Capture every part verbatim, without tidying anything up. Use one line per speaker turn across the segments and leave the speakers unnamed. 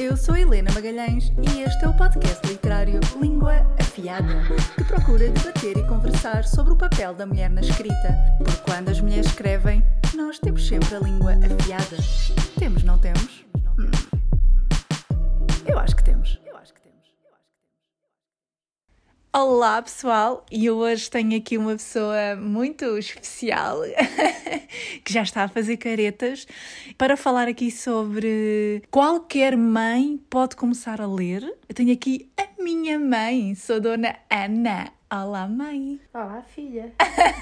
Eu sou a Helena Magalhães e este é o podcast literário Língua Afiada, que procura debater e conversar sobre o papel da mulher na escrita, porque quando as mulheres escrevem, nós temos sempre a língua afiada. Temos, não temos? Hum. Eu acho que temos. Eu acho que temos. Olá pessoal, e hoje tenho aqui uma pessoa muito especial que já está a fazer caretas para falar aqui sobre qualquer mãe pode começar a ler. Eu tenho aqui a minha mãe, sou a Dona Ana. Olá mãe.
Olá filha.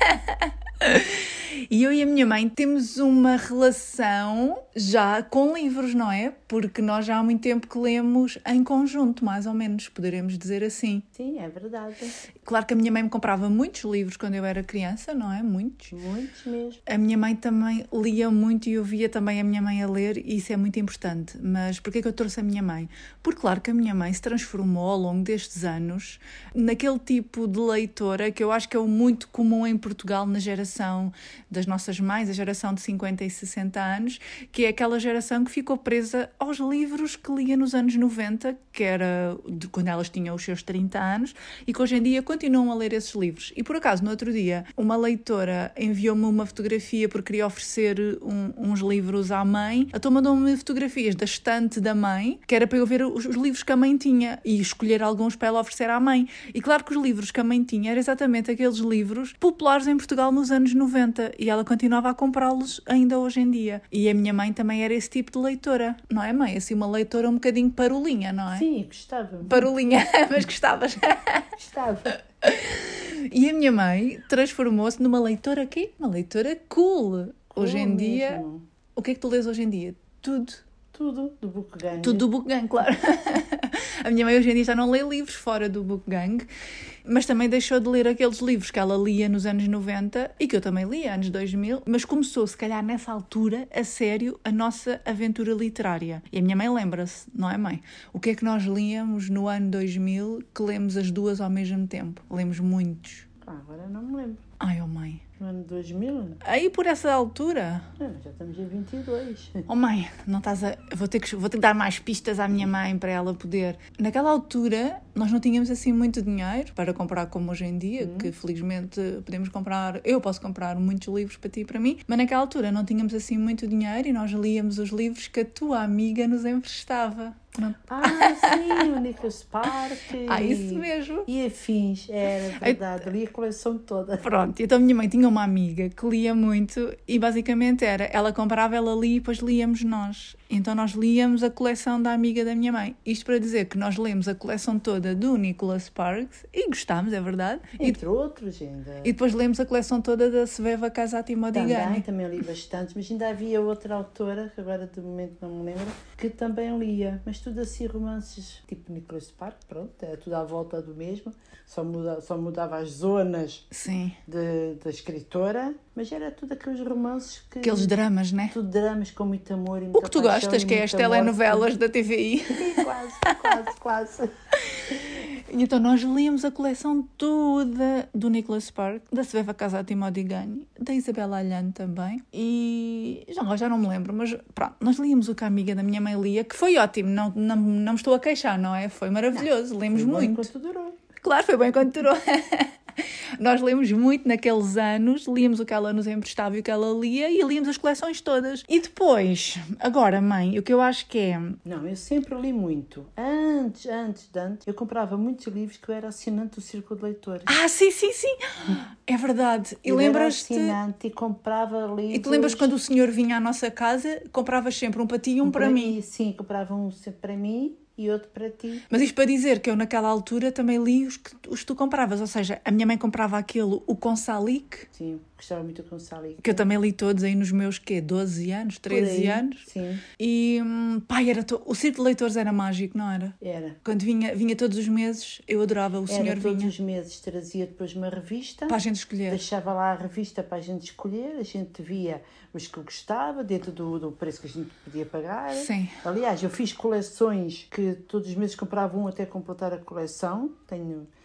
E eu e a minha mãe temos uma relação já com livros, não é? Porque nós já há muito tempo que lemos em conjunto, mais ou menos, poderemos dizer assim.
Sim, é verdade.
Claro que a minha mãe me comprava muitos livros quando eu era criança, não é? Muitos.
Muitos mesmo.
A minha mãe também lia muito e eu via também a minha mãe a ler e isso é muito importante. Mas porquê que eu trouxe a minha mãe? Porque claro que a minha mãe se transformou ao longo destes anos naquele tipo de leitora que eu acho que é o muito comum em Portugal na geração das nossas mães, a geração de cinquenta e sessenta anos, que é aquela geração que ficou presa aos livros que lia nos anos noventa, que era de quando elas tinham os seus trinta anos, e que hoje em dia continuam a ler esses livros. E por acaso, no outro dia, uma leitora enviou-me uma fotografia porque queria oferecer um, uns livros à mãe. Então mandou-me fotografias da estante da mãe, que era para eu ver os, os livros que a mãe tinha e escolher alguns para ela oferecer à mãe. E claro que os livros que a mãe tinha eram exatamente aqueles livros populares em Portugal nos anos noventa. E ela continuava a comprá-los ainda hoje em dia. E a minha mãe também era esse tipo de leitora, não é mãe? Assim, uma leitora um bocadinho parolinha, não é?
Sim, gostava.
Parolinha, mas gostavas.
Gostava.
E a minha mãe transformou-se numa leitora aqui, uma leitora cool.
Cool
hoje em dia,
mesmo.
o que é que tu lês hoje em dia? Tudo.
Tudo do Book Gang.
Tudo do Book Gang, claro. A minha mãe hoje em dia já não lê livros fora do Book Gang, mas também deixou de ler aqueles livros que ela lia nos anos noventa e que eu também lia, anos dois mil, mas começou, se calhar, nessa altura, a sério, a nossa aventura literária. E a minha mãe lembra-se, não é mãe? O que é que nós líamos no ano dois mil que lemos as duas ao mesmo tempo? Lemos muitos.
Ah, agora não me lembro.
Ai, oh mãe.
No ano dois mil?
Aí por essa altura...
Ah, já estamos em vinte e dois.
Oh mãe, não estás a... Vou ter, que... Vou ter que dar mais pistas à minha mãe para ela poder... Naquela altura, nós não tínhamos assim muito dinheiro para comprar como hoje em dia, hum. que felizmente podemos comprar... Eu posso comprar muitos livros para ti e para mim, mas naquela altura não tínhamos assim muito dinheiro e nós líamos os livros que a tua amiga nos emprestava. Não...
Ah, sim, o Nicholas Sparks.
Ah, isso mesmo.
E afins, era verdade, eu li a coleção toda.
Pronto, então a minha mãe tinha uma amiga que lia muito e basicamente era, ela comprava, ela lia e depois líamos nós. Então nós líamos a coleção da amiga da minha mãe. Isto para dizer que nós lemos a coleção toda do Nicholas Sparks e gostámos, é verdade.
Entre
e,
outros ainda.
E depois lemos a coleção toda da Sveva Casati Modigliani.
Também, também li bastante, mas ainda havia outra autora, que agora de momento não me lembro, que também lia, mas tudo assim romances, tipo Nicholas Sparks, pronto, é tudo à volta do mesmo, só, muda, só mudava as zonas
Sim.
De, da escritora, mas era tudo aqueles romances que...
Aqueles dramas, né?
Tudo dramas com muito amor e muita
o que tu gostas, que é as telenovelas da T V I.
Sim, quase, quase, quase.
E então nós líamos a coleção toda do Nicholas Sparks, da Sveva Casati Modigliani, da Isabella Allende também, e já, já não me lembro, mas pronto, nós líamos o que a amiga da minha mãe lia, que foi ótimo, não, não, não me estou a queixar, não é? Foi maravilhoso,
não,
lemos
foi
muito.
Bom enquanto durou.
Claro, foi bem enquanto durou. Nós lemos muito naqueles anos, líamos o que ela nos emprestava e o que ela lia e líamos as coleções todas. E depois, agora mãe, o que eu acho que é...
Não, eu sempre li muito. Antes, antes de antes, eu comprava muitos livros que eu era assinante do Círculo de Leitores.
Ah, sim, sim, sim. É verdade. E lembras-te...
Eu era assinante e comprava livros...
E te lembras quando o senhor vinha à nossa casa, compravas sempre um para ti e um, um para, para mim?
Sim, comprava um sempre para mim e outro para ti.
Mas isto para dizer que eu naquela altura também li os que, os que tu compravas, ou seja, a minha mãe comprava aquele, o Consalic.
Sim, gostava muito do Consalic.
Que eu também li todos aí nos meus, quê, doze anos, treze anos.
Sim.
E, pai, era to... o Círculo de Leitores era mágico, não era?
Era.
Quando vinha, vinha todos os meses, eu adorava, o
era,
senhor vinha.
todos os meses trazia depois uma revista.
Para a gente escolher.
Deixava lá a revista para a gente escolher, a gente via os que eu gostava, dentro do, do preço que a gente podia pagar.
Sim.
Aliás, eu fiz coleções que todos os meses comprava um até completar a coleção. Tenho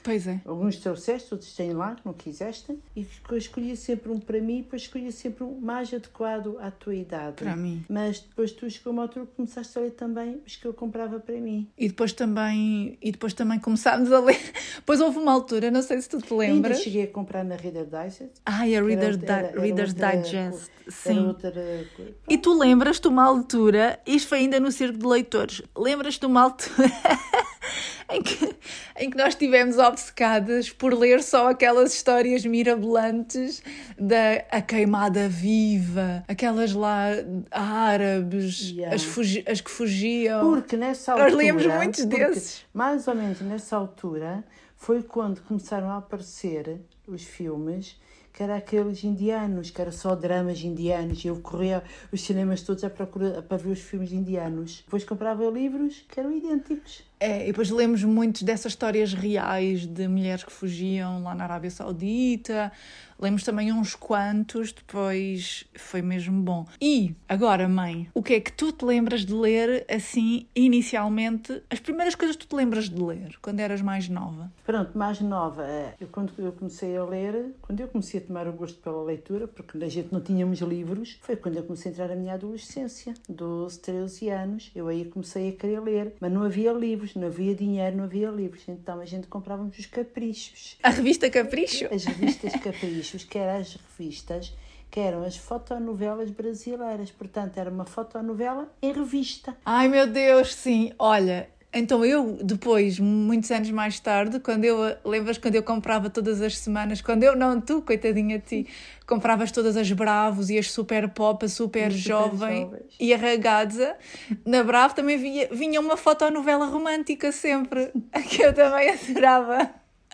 Pois é.
Alguns trouxeste, outros têm lá, que não quiseste. E eu escolhia sempre um para mim, depois escolhia sempre um mais adequado à tua idade.
Para mim.
Mas depois tu chegou uma altura que começaste a ler também os que eu comprava para mim.
E depois também, e depois também começámos a ler. Depois houve uma altura, não sei se tu te lembras.
Ainda cheguei a comprar na Reader Digest.
Ai, a Reader,
Era- era- era
Reader's
outra-
Digest.
Era
Sim.
outra coisa.
E tu lembras-te uma altura, isto foi ainda no Circo de Leitores, lembras-te uma altura em que, em que nós estivemos obcecadas por ler só aquelas histórias mirabolantes da a queimada viva, aquelas lá árabes,
Yeah.
as, fugi, as que fugiam.
Porque nessa altura...
Nós líamos muitos
porque
desses.
Mais ou menos nessa altura foi quando começaram a aparecer os filmes que era aqueles indianos, que era só dramas indianos, e eu corria os cinemas todos à procura para ver os filmes indianos. Depois comprava livros que eram idênticos.
É, e depois lemos muitos dessas histórias reais de mulheres que fugiam lá na Arábia Saudita. Lemos também uns quantos, depois foi mesmo bom. E agora, mãe, o que é que tu te lembras de ler, assim, inicialmente? As primeiras coisas que tu te lembras de ler, quando eras mais nova?
Pronto, mais nova. Eu, quando eu comecei a ler, quando eu comecei a tomar o gosto pela leitura, porque a gente não tínhamos livros, foi quando eu comecei a entrar na minha adolescência, doze, treze anos. Eu aí comecei a querer ler, mas não havia livros, não havia dinheiro, não havia livros. Então a gente comprávamos os caprichos.
A revista Capricho?
As revistas Caprichos, que eram as revistas, que eram as fotonovelas brasileiras. Portanto, era uma fotonovela em revista.
Ai, meu Deus, sim. Olha, então eu, depois, muitos anos mais tarde, quando eu, lembras quando eu comprava todas as semanas, quando eu, não tu, coitadinha de ti, compravas todas as Bravos e as Super Pop, a Super,
Super
Jovem
Jovens.
e a Ragazza. Na Bravo também vinha, vinha uma fotonovela romântica sempre, que eu também adorava.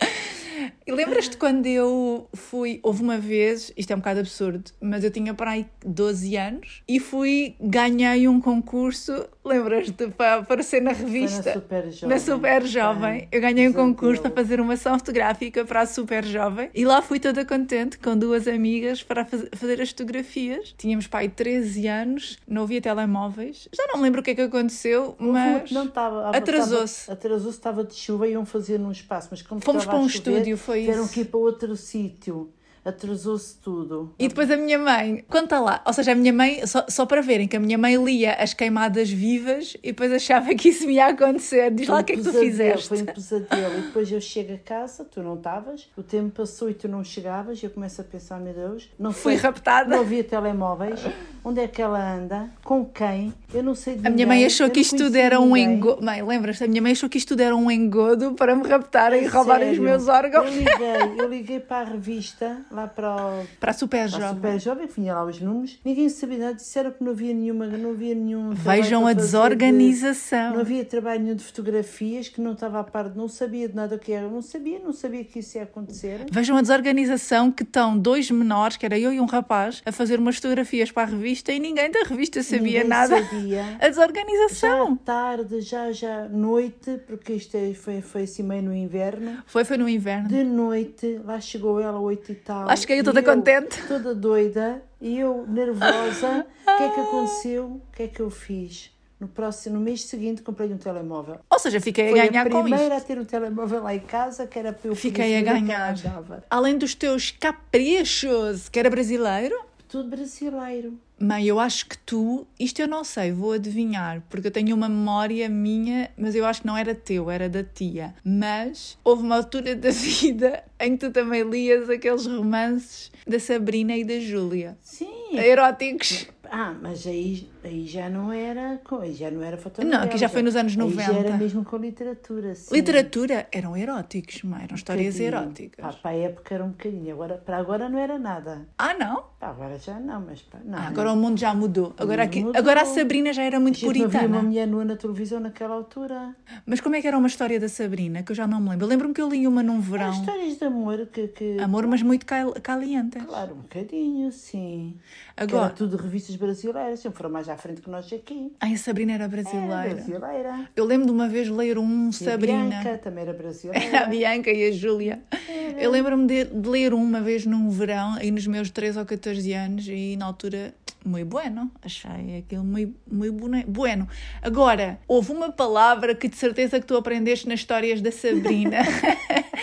E lembras-te quando eu fui, houve uma vez, isto é um bocado absurdo, mas eu tinha para aí doze anos e fui, ganhei um concurso, lembras-te, para aparecer na revista?
Foi na Super Jovem.
Na Super Jovem. Eu ganhei um concurso para fazer uma ação fotográfica para a Super Jovem e lá fui toda contente com duas amigas para faz- fazer as fotografias. Tínhamos para aí treze anos, não havia telemóveis, já não me lembro o que é que aconteceu, mas
Não estava,
atrasou-se.
Atrasou-se, estava de chuva e iam fazer num espaço, mas como
Fomos
estava
para um
a chover,
estúdio, foi
tiveram
isso.
que ir para outro sítio. Atrasou-se tudo.
E depois a minha mãe, conta lá, ou seja, a minha mãe, só, só para verem que a minha mãe lia as queimadas vivas e depois achava que isso me ia acontecer. Diz lá o que é que tu fizeste.
Foi um pesadelo. E depois eu chego a casa, tu não estavas, o tempo passou e tu não chegavas, e eu começo a pensar, meu Deus, não
Fui
sei,
raptada.
não havia telemóveis, onde é que ela anda, com quem, eu não sei de
A minha
ninguém,
mãe achou
eu
que
não
isto tudo
conhecia
era um
ninguém.
engodo. Mãe, lembras-te? A minha mãe achou que isto tudo era um engodo para me raptarem e roubarem os
Sério?
meus órgãos.
Eu liguei, eu liguei para a revista, lá para o...
Para a Super
Para a
Jovem.
Super Jovem, que vinha lá os números, ninguém sabia nada, disseram que não havia nenhuma, não havia nenhum trabalho
Vejam
para
a
fazer
desorganização.
de- não havia trabalho nenhum de fotografias, que não estava a par, de- não sabia de nada o que era, não sabia, não sabia que isso ia acontecer.
Vejam a desorganização que estão dois menores, que era eu e um rapaz, a fazer umas fotografias para a revista e ninguém da revista sabia
Ninguém
nada.
sabia.
A desorganização.
Já tarde, já, já noite, porque isto é- foi, foi assim meio no inverno.
Foi, foi no inverno.
De noite, lá chegou ela, oito e tal.
Lá cheguei eu
e
toda contente.
Toda doida, e eu nervosa. O que é que aconteceu? O que é que eu fiz? No próximo, no mês seguinte, comprei um telemóvel.
Ou seja, fiquei
Foi
a ganhar
a
com
primeira
isto.
a ter um telemóvel lá em casa, que era para eu
Fiquei a
poder saber que
ganhar.
ela andava.
Além dos teus caprichos, que era brasileiro.
Tudo brasileiro.
Mãe, eu acho que tu, isto eu não sei, vou adivinhar, porque eu tenho uma memória minha, mas eu acho que não era teu, era da tia. Mas houve uma altura da vida em que tu também lias aqueles romances da Sabrina e da Júlia.
Sim.
Eróticos.
Ah, mas aí, aí já não era, com- aí já não era fotografia.
Não, aqui já foi nos anos
Aí
noventa.
já era mesmo com literatura, sim.
Literatura eram eróticos, mãe, eram histórias
Bocadinho.
eróticas.
Pá, para a época era um bocadinho, agora, para agora não era nada.
Ah, não?
Pá, agora já não, mas pá, não.
Ah, agora o mundo já mudou. Agora,
mundo
aqui,
mudou.
agora a Sabrina já era muito
A gente não via uma
puritana.
mulher nua na televisão naquela altura.
Mas como é que era uma história da Sabrina, que eu já não me lembro? Eu lembro-me que eu li uma num
Há
verão.
histórias de amor que... que...
Amor, mas muito cal- calientes.
Claro, um bocadinho, sim. Que
Agora,
era tudo revistas brasileiras, sempre foram mais à frente que nós aqui.
ai, a Sabrina era
Era
brasileira.
brasileira.
Eu lembro de uma vez ler um
E a
Sabrina.
Bianca também era brasileira.
Era a Bianca e a Júlia. Eu lembro-me de, de ler um uma vez num verão, aí nos meus treze ou catorze anos, e na altura, muito bueno. Achei aquilo muito, muito bone- bueno. Agora, houve uma palavra que de certeza que tu aprendeste nas histórias da Sabrina,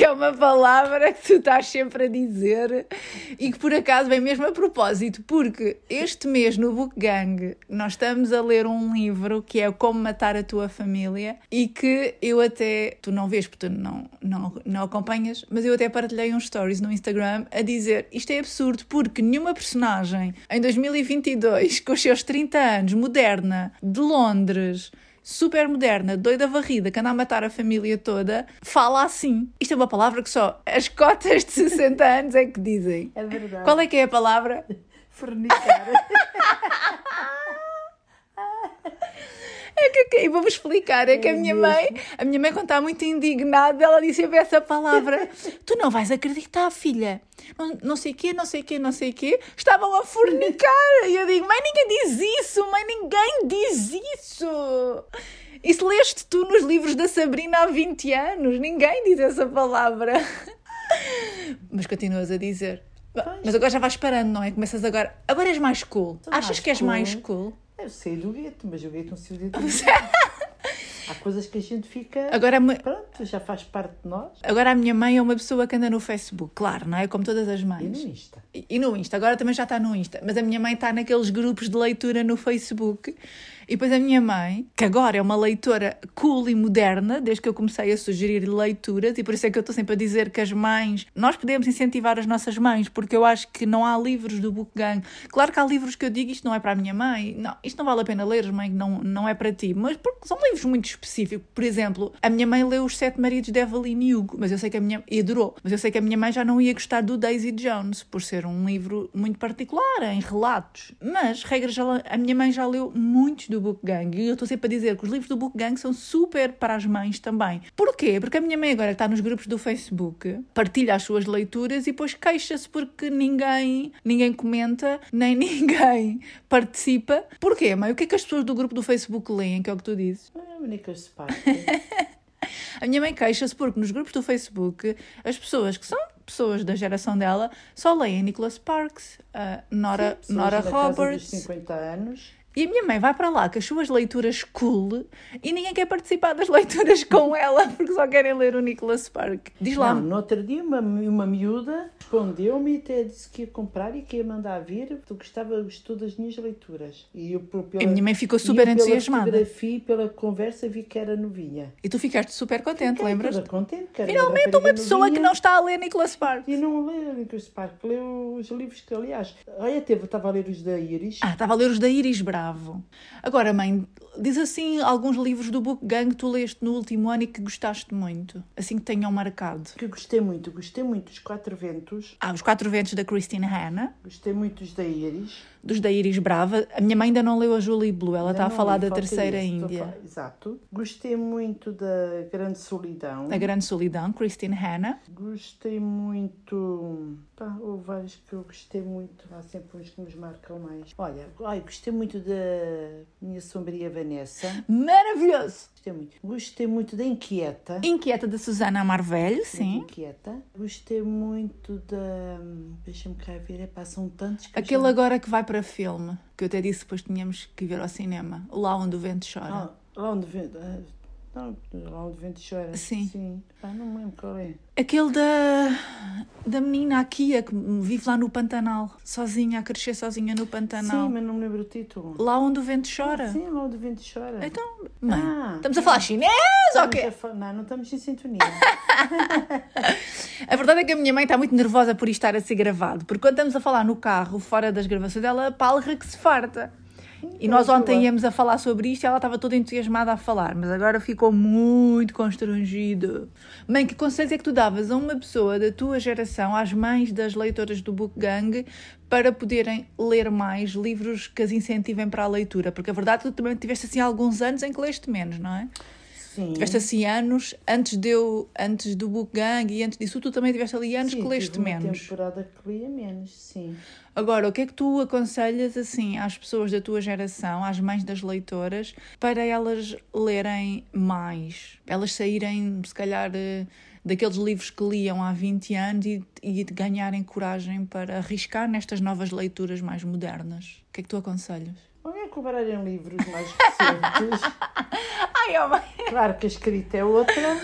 que é uma palavra que tu estás sempre a dizer e que por acaso vem mesmo a propósito, porque este mês no Book Gang nós estamos a ler um livro que é Como Matar a Tua Família e que eu até, tu não vês porque tu não, não, não acompanhas, mas eu até partilhei uns stories no Instagram a dizer isto é absurdo porque nenhuma personagem em dois mil e vinte e dois com os seus trinta anos, moderna, de Londres, super moderna, doida varrida, que anda a matar a família toda, fala assim. Isto é uma palavra que só as cotas de sessenta anos é que dizem.
É verdade.
Qual é que é a palavra?
Fornicar.
É que, e vou-vos explicar, é que
É
a minha
mesmo.
mãe, a minha mãe quando está muito indignada, ela disse sempre essa palavra. Tu não vais acreditar, filha. Não, não sei o quê, não sei o quê, não sei o quê. Estavam a fornicar. E eu digo, mãe, ninguém diz isso, mãe, ninguém diz isso. Isso leste tu nos livros da Sabrina há vinte anos. Ninguém diz essa palavra. Mas continuas a dizer. Mas agora já vais parando, não é? Começas agora... Agora és mais cool.
Sou
Achas
mais
que és
cool.
mais cool?
Eu sei do gueto, mas o gueto não sei do gueto. Há coisas que a gente fica...
Agora,
Pronto, já faz parte de nós.
agora a minha mãe é uma pessoa que anda no Facebook, claro, não é? Como todas as
E
mães.
no Insta.
E, e no Insta. Agora também já está no Insta. Mas a minha mãe está naqueles grupos de leitura no Facebook. E depois a minha mãe, que agora é uma leitora cool e moderna, desde que eu comecei a sugerir leituras, e por isso é que eu estou sempre a dizer que as mães... Nós podemos incentivar as nossas mães, porque eu acho que não há livros do Book Gang. Claro que há livros que eu digo, isto não é para a minha mãe, não, isto não vale a pena ler, mãe, não, não é para ti. Mas porque são livros muito específicos. Por exemplo, a minha mãe leu Os Sete Maridos de Evelyn Hugo, mas eu sei que a minha... e adorou. Mas eu sei que a minha mãe já não ia gostar do Daisy Jones, por ser um livro muito particular, em relatos. Mas, regra geral, a minha mãe já leu muitos do Book Gang. E eu estou sempre a dizer que os livros do Book Gang são super para as mães também. Porquê? Porque a minha mãe agora está nos grupos do Facebook, partilha as suas leituras e depois queixa-se porque ninguém, ninguém comenta, nem ninguém participa. Porquê, mãe? O que é que as pessoas do grupo do Facebook leem, que é o que tu dizes?
É a única parte.
A minha mãe queixa-se porque nos grupos do Facebook as pessoas que são pessoas da geração dela só leem Nicholas Sparks, uh, Nora,
Sim,
Nora
pessoas na casa dos
Roberts.
cinquenta anos.
E a minha mãe vai para lá com as suas leituras cool e ninguém quer participar das leituras com ela porque só querem ler o Nicholas Sparks. Diz lá.
Não, no outro dia uma, uma miúda respondeu-me e até disse que ia comprar e que ia mandar vir, porque gostava, gostou das minhas leituras. E eu, pela,
A minha mãe ficou super
e
entusiasmada.
Pela fotografia e pela conversa vi que era novinha.
E tu ficaste super contente,
Fiquei
lembras?
toda contente, que era
Finalmente uma
rapariga
pessoa
novinha.
que não está a ler Nicholas Sparks.
E não lê o Nicholas Sparks, leu os livros que, aliás, olha, teve, estava a ler os da Iris.
Ah, estava a ler os da Iris Bravo. Agora, mãe, diz assim alguns livros do Book Gang que tu leste no último ano e que gostaste muito, assim que tenham marcado.
Que eu gostei muito, gostei muito dos Quatro Ventos,
Ah, Os Quatro Ventos da Christine Hanna,
gostei muito dos da Iris.
dos da Iris Brava. A minha mãe ainda não leu a Julie Blue, ela
Ainda
está a
não
falar
li,
da
falta
Terceira
esse, estou a
Índia.
falar- Exato. Gostei muito da Grande Solidão.
A Grande Solidão, Christine Hanna.
Gostei muito... Pá, houve vários que eu gostei muito. Há sempre uns que nos marcam mais. Olha, ai, gostei muito da Minha Sombria Vanessa.
Maravilhoso!
Gostei muito. Gostei muito da Inquieta.
Inquieta da Susana Amarvelho, sim.
Inquieta. Gostei muito da... Deixa-me cá ver. É, pá, são tantos que eu
Aquele
já-
agora que vai para filme, que eu até disse que depois tínhamos que ir ver ao cinema. Lá onde o vento chora.
Ah, lá onde vento... ah, Não, lá onde vento chora.
Sim.
Sim. Pá, não me lembro qual é.
Aquele da, da menina aqui, a que vive lá no Pantanal, sozinha, a crescer sozinha no Pantanal.
Sim, mas não me lembro o título.
Lá onde o vento chora.
Sim, lá onde o vento chora.
Então, mãe,
Ah,
estamos a falar chinês ou o
Estamos
quê?
a fa- Não, não estamos em sintonia.
A verdade é que a minha mãe está muito nervosa por isto estar a ser gravado, porque quando estamos a falar no carro, fora das gravações, ela palra que se farta. E nós ontem íamos a falar sobre isto e ela estava toda entusiasmada a falar, mas agora ficou muito constrangida. Mãe, que conselhos é que tu davas a uma pessoa da tua geração, às mães das leitoras do Book Gang, para poderem ler mais livros que as incentivem para a leitura? Porque a verdade é que tu também tiveste assim alguns anos em que leste menos, não é?
Sim.
Tiveste assim anos, antes, de eu, antes do Book Gang e antes disso, tu também tiveste ali anos
Sim,
que leste
tive uma
menos.
temporada que lia menos, sim.
Agora, o que é que tu aconselhas assim às pessoas da tua geração, às mães das leitoras, para elas lerem mais? Elas saírem, se calhar, eh, daqueles livros que liam há vinte anos e, e ganharem coragem para arriscar nestas novas leituras mais modernas. O que é que tu aconselhas?
Olha, comprarem livros mais recentes.
Ai, oh mãe!
Claro que a escrita é outra,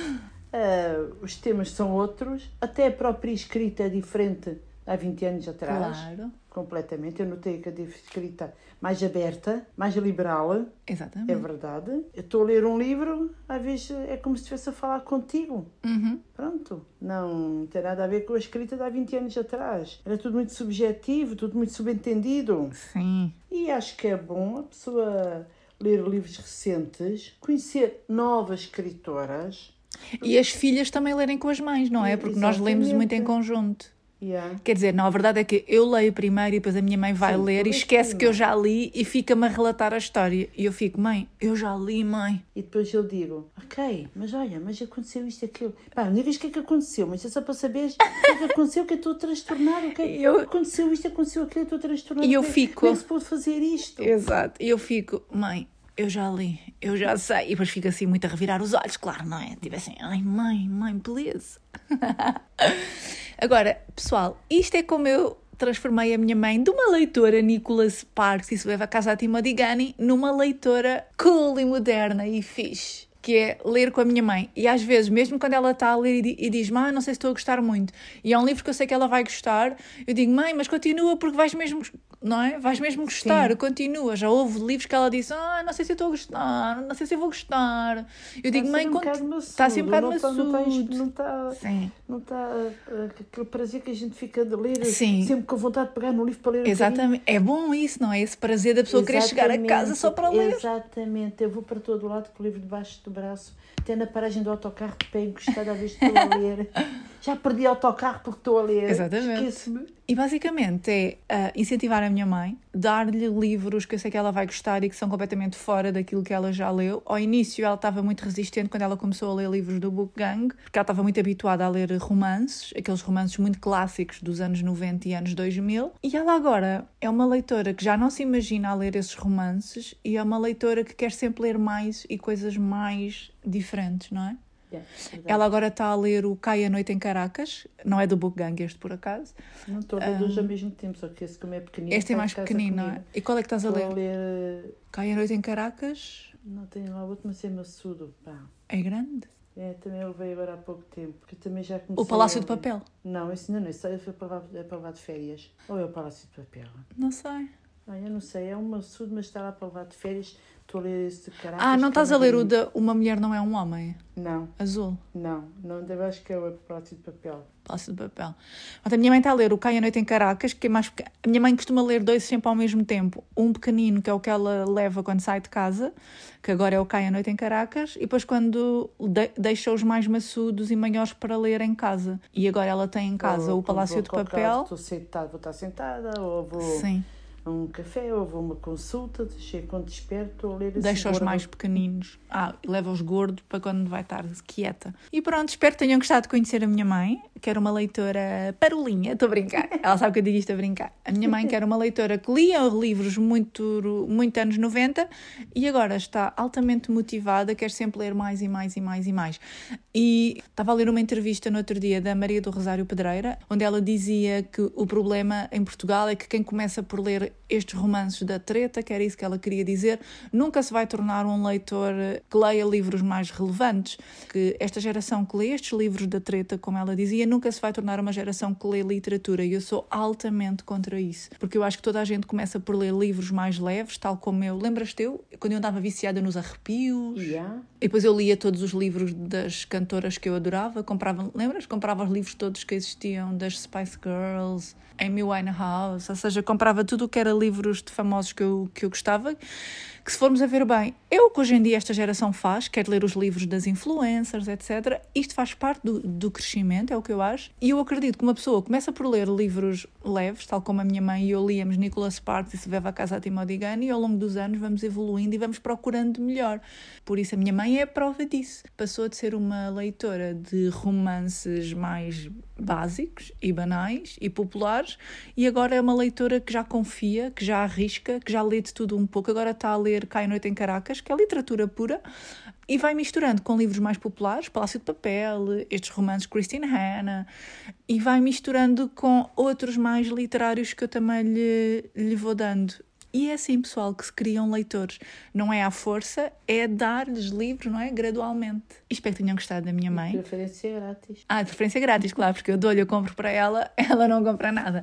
uh, os temas são outros, até a própria escrita é diferente há vinte anos atrás.
Claro.
Completamente. Eu notei que a escrita mais aberta, mais liberal.
Exatamente.
É verdade. Eu estou a ler um livro, às vezes é como se estivesse a falar contigo.
Uhum.
Pronto. Não tem nada a ver com a escrita de há vinte anos atrás. Era tudo muito subjetivo, tudo muito subentendido.
Sim.
E acho que é bom a pessoa ler livros recentes, conhecer novas escritoras.
E as filhas também lerem com as mães, não é? Porque Exatamente. Nós lemos muito em conjunto.
Yeah.
Quer dizer, não, a verdade é que eu leio primeiro e depois a minha mãe vai Sim, ler e esquece primeiro. Que eu já li e fica-me a relatar a história. E eu fico, mãe, eu já li, mãe.
E depois eu digo, ok, mas olha, mas aconteceu isto e aquilo. Pá, não digas o que é que aconteceu, mas é só para saberes o que é que aconteceu, que eu estou transtornada, o que é que eu... aconteceu isto, aconteceu aquilo, eu estou transtornada.
E eu fico...
Como é que se pode fazer isto?
Exato, e eu fico, mãe, eu já li, eu já sei. E depois fico assim muito a revirar os olhos, claro, não é? Tipo assim, ai mãe, mãe, beleza. Agora, pessoal, isto é como eu transformei a minha mãe de uma leitora Nicholas Sparks, isso leva a casa a Timothy Gunny, numa leitora cool e moderna e fixe, que é ler com a minha mãe. E às vezes, mesmo quando ela está a ler e diz, mãe, não sei se estou a gostar muito, e é um livro que eu sei que ela vai gostar, eu digo, mãe, mas continua porque vais mesmo... Não é? Vais mesmo gostar, Sim. continua. Já houve livros que ela disse, ah, não sei se eu estou a gostar, não sei se eu vou gostar. Eu digo, mãe, está assim um bocado maçudo.
Não está não está aquele prazer que a gente fica de ler, Sim. sempre com vontade de pegar no livro para ler.
Exatamente. Um é bom isso, não é? Esse prazer da pessoa Exatamente. Querer chegar a casa só para ler.
Exatamente. Eu vou para todo lado com o livro debaixo do braço, até na paragem do autocarro de pé, encostada, a vez que estou a ler. Já perdi o autocarro porque estou a ler.
Exatamente.
Esqueço-me.
E basicamente é uh, incentivar a minha mãe, dar-lhe livros que eu sei que ela vai gostar e que são completamente fora daquilo que ela já leu. Ao início ela estava muito resistente quando ela começou a ler livros do Book Gang, porque ela estava muito habituada a ler romances, aqueles romances muito clássicos dos anos noventa e anos dois mil. E ela agora é uma leitora que já não se imagina a ler esses romances e é uma leitora que quer sempre ler mais e coisas mais diferentes, não é?
Yeah,
ela agora está a ler o Cai a Noite em Caracas, não é do Book Gang este por acaso.
Não estou a ler um, dois ao mesmo tempo, só que esse como é pequenino.
Este é mais pequenino, não é? E qual é que estás a ler?
Estou a ler...
Cai a Noite em Caracas?
Não tenho lá outro, mas é maçudo. Pá.
É grande?
É, também eu veio agora há pouco tempo, porque também já comecei
O Palácio de Papel?
Não, esse ainda não, esse foi para lá, é para lá de férias. Ou é o Palácio de Papel?
Não sei.
Ah, eu não sei, é um maçudo, mas está lá para lá de férias. Estou a ler esse de Caracas.
Ah, não estás a ler o de Uma Mulher Não É um Homem?
Não.
Azul?
Não, não, eu acho que é o Palácio de Papel.
Palácio de Papel. Mas a minha mãe está a ler o Cai a Noite em Caracas, que é mais pequeno. A minha mãe costuma ler dois sempre ao mesmo tempo. Um pequenino, que é o que ela leva quando sai de casa, que agora é o Cai a Noite em Caracas, e depois quando de- deixa os mais maçudos e maiores para ler em casa. E agora ela tem em casa ou, o Palácio de Papel.
Estou sentada, vou estar sentada, ou vou...
Sim.
a um café, ou vou a uma consulta, deixei quando desperto a ler assim.
Deixa os mais pequeninos. Ah, e leva os gordos para quando vai estar quieta. E pronto, espero que tenham gostado de conhecer a minha mãe, que era uma leitora parolinha, estou a brincar. Ela sabe que eu digo isto a brincar. A minha mãe, que era uma leitora que lia livros muito, muito anos noventa e agora está altamente motivada, quer sempre ler mais e mais e mais e mais. E estava a ler uma entrevista no outro dia da Maria do Rosário Pedreira, onde ela dizia que o problema em Portugal é que quem começa por ler estes romances da treta, que era isso que ela queria dizer, nunca se vai tornar um leitor que leia livros mais relevantes. Que esta geração que lê estes livros da treta, como ela dizia, nunca se vai tornar uma geração que lê literatura. E eu sou altamente contra isso. Porque eu acho que toda a gente começa por ler livros mais leves, tal como eu. Lembras-te eu? Quando eu andava viciada nos arrepios.
Yeah.
E depois eu lia todos os livros das cantoras que eu adorava. Comprava, lembras? Comprava os livros todos que existiam das Spice Girls, Amy Winehouse, ou seja, comprava tudo o que era livros de famosos que eu, que eu gostava, que se formos a ver bem, é o que hoje em dia esta geração faz, quer ler os livros das influencers, etcétera. Isto faz parte do, do crescimento, é o que eu acho, e eu acredito que uma pessoa começa por ler livros leves, tal como a minha mãe e eu líamos Nicholas Sparks e Se Bebe a Casa a Timothy Gunny, e ao longo dos anos vamos evoluindo e vamos procurando melhor. Por isso a minha mãe é a prova disso. Passou de ser uma leitora de romances mais básicos e banais e populares, e agora é uma leitora que já confia, que já arrisca, que já lê de tudo um pouco. Agora está a ler Cai a Noite em Caracas, que é literatura pura, e vai misturando com livros mais populares, Palácio de Papel, estes romances de Christine Hanna, e vai misturando com outros mais literários que eu também lhe, lhe vou dando. E é assim, pessoal, que se criam leitores. Não é à força, é dar-lhes livros, não é? Gradualmente. Espero que tenham gostado da minha mãe.
De preferência grátis.
Ah, de preferência grátis, claro, porque eu dou-lhe, eu compro para ela, ela não compra nada.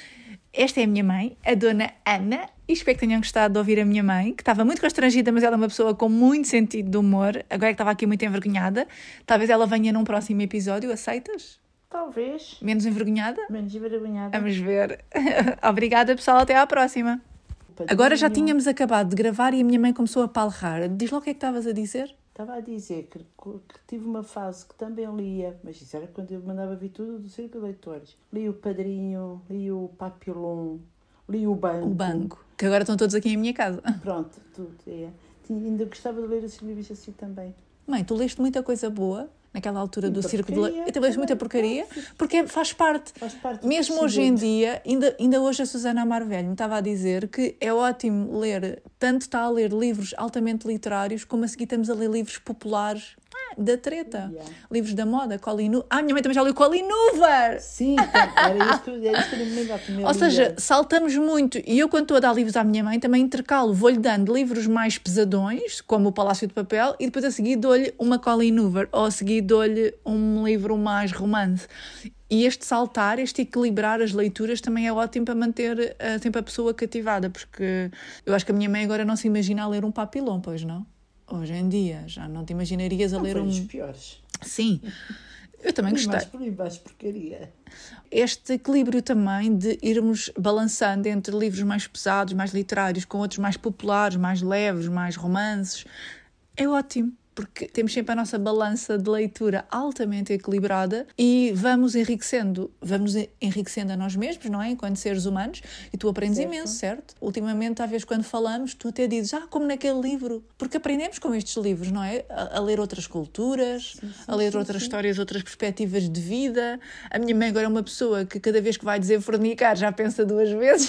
Esta é a minha mãe, a dona Ana, e espero que tenham gostado de ouvir a minha mãe, que estava muito constrangida, mas ela é uma pessoa com muito sentido de humor. Agora é que estava aqui muito envergonhada. Talvez ela venha num próximo episódio, aceitas?
Talvez.
Menos envergonhada?
Menos envergonhada.
Vamos ver. Obrigada, pessoal, até à próxima. Agora já tínhamos acabado de gravar e a minha mãe começou a palrar. Diz lá o que é que estavas a dizer?
Estava a dizer que, que tive uma fase que também lia, mas isso era quando eu mandava vir tudo do Círculo de Leitores. Li o Padrinho, li o Papillon, li o Banco.
O Banco, que agora estão todos aqui em minha casa.
Pronto, tudo. É. Ainda gostava de ler esses livros assim também.
Mãe, tu leste muita coisa boa naquela altura
muita
do Círculo de Leitores. Tu leste muita porcaria,
porcaria.
porque faz parte.
Faz parte
Mesmo hoje em dia, ainda, ainda hoje a Susana Amaro Velho me estava a dizer que é ótimo ler, tanto está a ler livros altamente literários, como a seguir estamos a ler livros populares da treta.
Yeah.
Livros da moda, Colleen Hoover. Ah, a minha mãe também já leu Colleen Hoover!
Sim, era isso que eu era isso que eu me lembrava.
Ou seja, saltamos muito. E eu, quando estou a dar livros à minha mãe, também intercalo. Vou-lhe dando livros mais pesadões, como o Palácio de Papel, e depois a seguir dou-lhe uma Colleen Hoover, ou a seguir dou-lhe um livro mais romance. E este saltar, este equilibrar as leituras também é ótimo para manter uh, sempre a pessoa cativada, porque eu acho que a minha mãe agora não se imagina a ler um Papillon, pois não? Hoje em dia, já não te imaginarias a
não
ler um...
Os piores.
Sim, eu também gostei.
Mais por aí, mais porcaria.
Este equilíbrio também de irmos balançando entre livros mais pesados, mais literários, com outros mais populares, mais leves, mais romances, é ótimo. Porque temos sempre a nossa balança de leitura altamente equilibrada e vamos enriquecendo, vamos enriquecendo a nós mesmos, não é? Enquanto seres humanos, e tu aprendes certo. imenso, certo? Ultimamente, às vezes, quando falamos, tu até dizes, ah, como naquele livro, porque aprendemos com estes livros, não é? A, a ler outras culturas, sim, sim, a ler sim, outras sim. histórias, outras perspectivas de vida. A minha mãe agora é uma pessoa que cada vez que vai dizer fornicar já pensa duas vezes.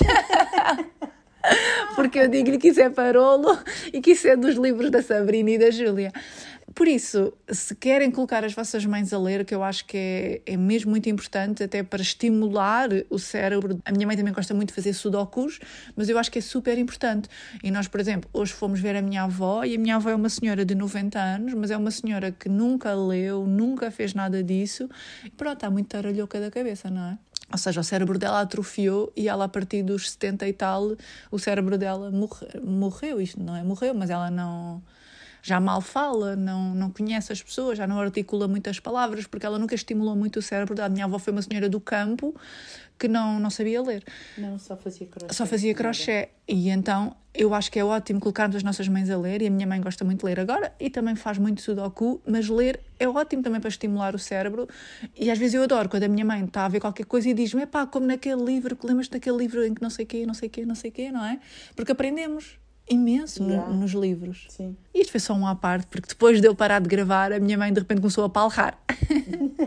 Porque eu digo-lhe que isso é parolo e que isso é dos livros da Sabrina e da Júlia. Por isso, se querem colocar as vossas mães a ler, que eu acho que é, é mesmo muito importante, até para estimular o cérebro. A minha mãe também gosta muito de fazer sudokus, mas eu acho que é super importante. E nós, por exemplo, hoje fomos ver a minha avó, e a minha avó é uma senhora de noventa anos, mas é uma senhora que nunca leu, nunca fez nada disso. E pronto, está muito taralhoca da cabeça, não é? Ou seja, o cérebro dela atrofiou e ela, a partir dos setenta e tal, o cérebro dela morre, morreu. Isto não é morreu, mas ela não... já mal fala, não, não conhece as pessoas, já não articula muitas palavras, porque ela nunca estimulou muito o cérebro. A minha avó foi uma senhora do campo que não, não sabia ler.
Não, só fazia crochê.
Só fazia crochê. E então eu acho que é ótimo colocarmos as nossas mães a ler, e a minha mãe gosta muito de ler agora e também faz muito sudoku, mas ler é ótimo também para estimular o cérebro. E às vezes eu adoro quando a minha mãe está a ver qualquer coisa e diz-me, epá, como naquele livro, que lembras-te daquele livro em que não sei o quê, não sei o quê, não sei o quê, não é? Porque aprendemos imenso yeah. no, nos livros.
Sim.
E isto foi só um à parte, porque depois de eu parar de gravar, a minha mãe de repente começou a palrar.